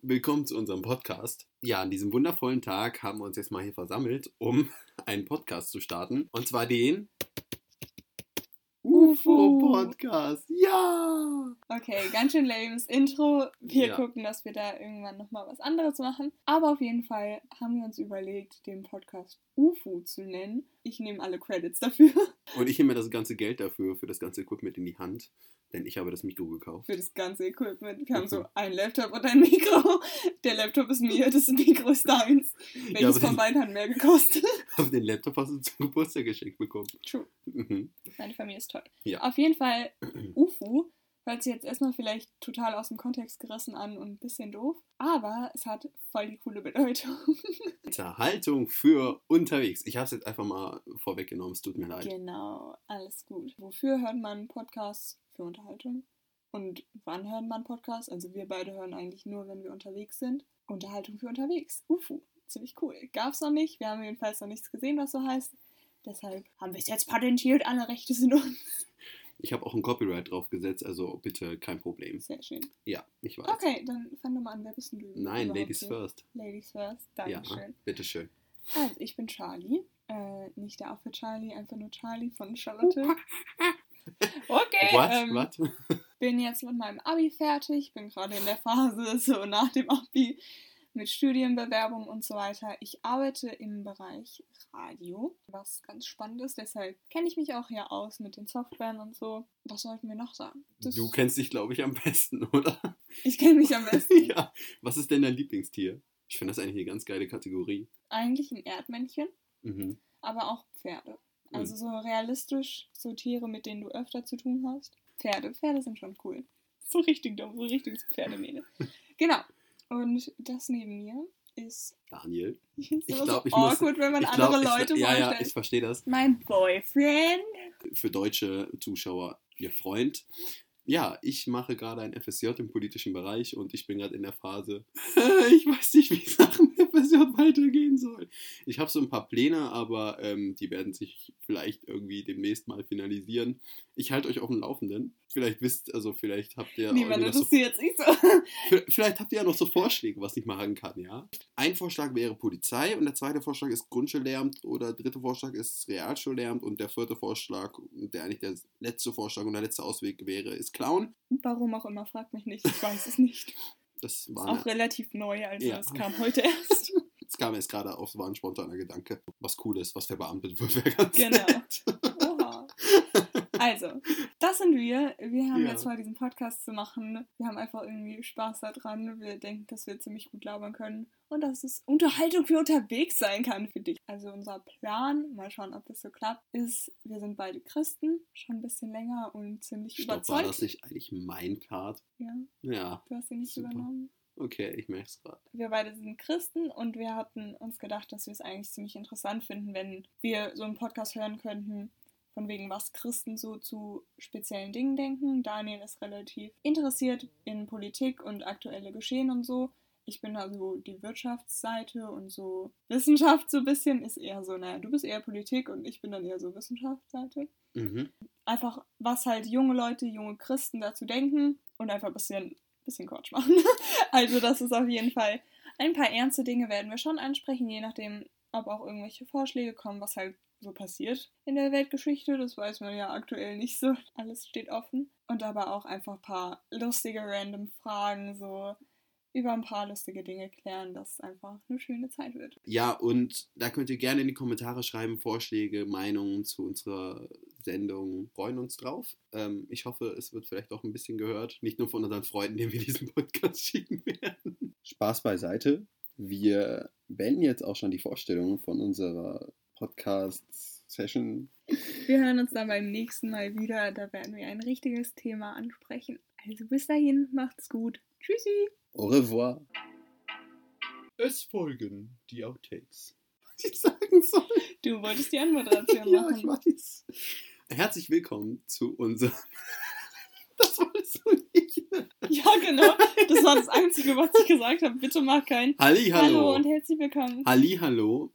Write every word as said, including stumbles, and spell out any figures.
willkommen zu unserem Podcast. Ja, an diesem wundervollen Tag haben wir uns jetzt mal hier versammelt, um einen Podcast zu starten. Und zwar den U F O-Podcast. Ja! Okay, ganz schön lames Intro. Wir Ja. gucken, dass wir da irgendwann nochmal was anderes machen. Aber auf jeden Fall haben wir uns überlegt, den Podcast U F O zu nennen. Ich nehme alle Credits dafür. Und ich nehme mir das ganze Geld dafür, für das ganze Equipment in die Hand, denn ich habe das Mikro gekauft. Für das ganze Equipment. Wir haben Mhm. so einen Laptop und ein Mikro. Der Laptop ist mir, das Mikro ist deins. Welches aber von den- beiden hat mehr gekostet? Aber den Laptop hast du zum Geburtstag geschenkt bekommen. True. Mhm. Meine Familie ist toll. Ja. Auf jeden Fall, U F O hört sich jetzt erstmal vielleicht total aus dem Kontext gerissen an und ein bisschen doof, aber es hat voll die coole Bedeutung. Unterhaltung für unterwegs. Ich habe es jetzt einfach mal vorweggenommen, es tut mir leid. Genau, alles gut. Wofür hört man Podcasts? Für Unterhaltung. Und wann hört man Podcasts? Also wir beide hören eigentlich nur, wenn wir unterwegs sind. Unterhaltung für unterwegs. U F O. Ziemlich cool. Gab's noch nicht. Wir haben jedenfalls noch nichts gesehen, was so heißt. Deshalb haben wir es jetzt patentiert. Alle Rechte sind uns. Ich habe auch ein Copyright drauf gesetzt, also bitte kein Problem. Sehr schön. Ja, ich weiß. Okay, dann fang doch mal an. Wer bist denn du? Nein, überhaupt Ladies so? first. Ladies first. Ja, Dankeschön. bitteschön. Also, ich bin Charlie. Äh, nicht der Affe Charlie, einfach nur Charlie von Charlotte. Okay, What? ähm, What? bin jetzt mit meinem Abi fertig, bin gerade in der Phase so nach dem Abi mit Studienbewerbung und so weiter. Ich arbeite im Bereich Radio, was ganz spannend ist, deshalb kenne ich mich auch hier aus mit den Softwaren und so. Was sollten wir noch sagen? Das- Du kennst dich, glaube ich, am besten, oder? Ich kenne mich am besten. Ja. Was ist denn dein Lieblingstier? Ich finde das eigentlich eine ganz geile Kategorie. Eigentlich ein Erdmännchen, Mhm. aber auch Pferde. Also so realistisch, so Tiere, mit denen du öfter zu tun hast. Pferde, Pferde sind schon cool. So richtig dumm, so richtiges Pferdemädel. Genau. Und das neben mir ist... Daniel. Ich finde es Ich immer glaub, so ich muss- awkward, wenn man Ich andere glaub, Leute ich, Ja, ja, vorstellt. ich verstehe das. Mein Boyfriend. Für deutsche Zuschauer, ihr Freund. Ja, ich mache gerade ein F S J im politischen Bereich und ich bin gerade in der Phase, ich weiß nicht, wie es nach dem F S J weitergehen soll. Ich habe so ein paar Pläne, aber ähm, die werden sich vielleicht irgendwie demnächst mal finalisieren. Ich halte euch auf dem Laufenden. Vielleicht wisst, also vielleicht habt ihr... Niemand irgendwie noch so, interessiert sich so. vielleicht habt ihr ja noch so Vorschläge, was ich machen kann, ja? Ein Vorschlag wäre Polizei und der zweite Vorschlag ist Grundschullehramt oder der dritte Vorschlag ist Realschullehramt und der vierte Vorschlag, der eigentlich der letzte Vorschlag und der letzte Ausweg wäre, ist Clown. Warum auch immer, fragt mich nicht. Ich weiß es nicht. Das Ist war auch eine, relativ neu, also Ja. es kam heute erst. das kam jetzt gerade auf, war ein spontaner Gedanke. Was cool ist, was verbeamtet wird, wäre ganz Genau. nett. Oha. Also, das sind wir. Wir haben Ja. jetzt vor, diesen Podcast zu machen. Wir haben einfach irgendwie Spaß daran. Wir denken, dass wir ziemlich gut labern können. Und dass es Unterhaltung für unterwegs sein kann für dich. Also unser Plan, mal schauen, ob das so klappt, ist, wir sind beide Christen, schon ein bisschen länger und ziemlich Stopp, war überzeugt. das nicht eigentlich mein Part? Ja, Ja, du hast ihn nicht Super. übernommen. okay, ich merke es gerade. Wir beide sind Christen und wir hatten uns gedacht, dass wir es eigentlich ziemlich interessant finden, wenn wir so einen Podcast hören könnten, von wegen, was Christen so zu speziellen Dingen denken. Daniel ist relativ interessiert in Politik und aktuelle Geschehen und so. Ich bin also die Wirtschaftsseite und so Wissenschaft so ein bisschen ist eher so, naja, du bist eher Politik und ich bin dann eher so Wissenschaftsseite. Mhm. Einfach, was halt junge Leute, junge Christen dazu denken und einfach ein bisschen, bisschen Quatsch machen. Also das ist auf jeden Fall, ein paar ernste Dinge werden wir schon ansprechen, je nachdem, ob auch irgendwelche Vorschläge kommen, was halt so passiert in der Weltgeschichte. Das weiß man ja aktuell nicht so. Alles steht offen. Und aber auch einfach ein paar lustige, random Fragen, so über ein paar lustige Dinge klären, dass es einfach eine schöne Zeit wird. Ja, und da könnt ihr gerne in die Kommentare schreiben, Vorschläge, Meinungen zu unserer Sendung. Freuen uns drauf. Ähm, ich hoffe, es wird vielleicht auch ein bisschen gehört. Nicht nur von unseren Freunden, denen wir diesen Podcast schicken werden. Spaß beiseite. Wir beenden jetzt auch schon die Vorstellung von unserer Podcast-Session. Wir hören uns dann beim nächsten Mal wieder. Da werden wir ein richtiges Thema ansprechen. Also bis dahin, macht's gut. Tschüssi! Au revoir. Es folgen die Outtakes. Was ich sagen soll. Du wolltest die Anmoderation Ja, machen. ich weiß. Herzlich willkommen zu unserem... Das wolltest du nicht. Ja, genau. Das war das Einzige, was ich gesagt habe. Bitte mach kein Halli, hallo. Hallo und herzlich willkommen. Halli, hallo.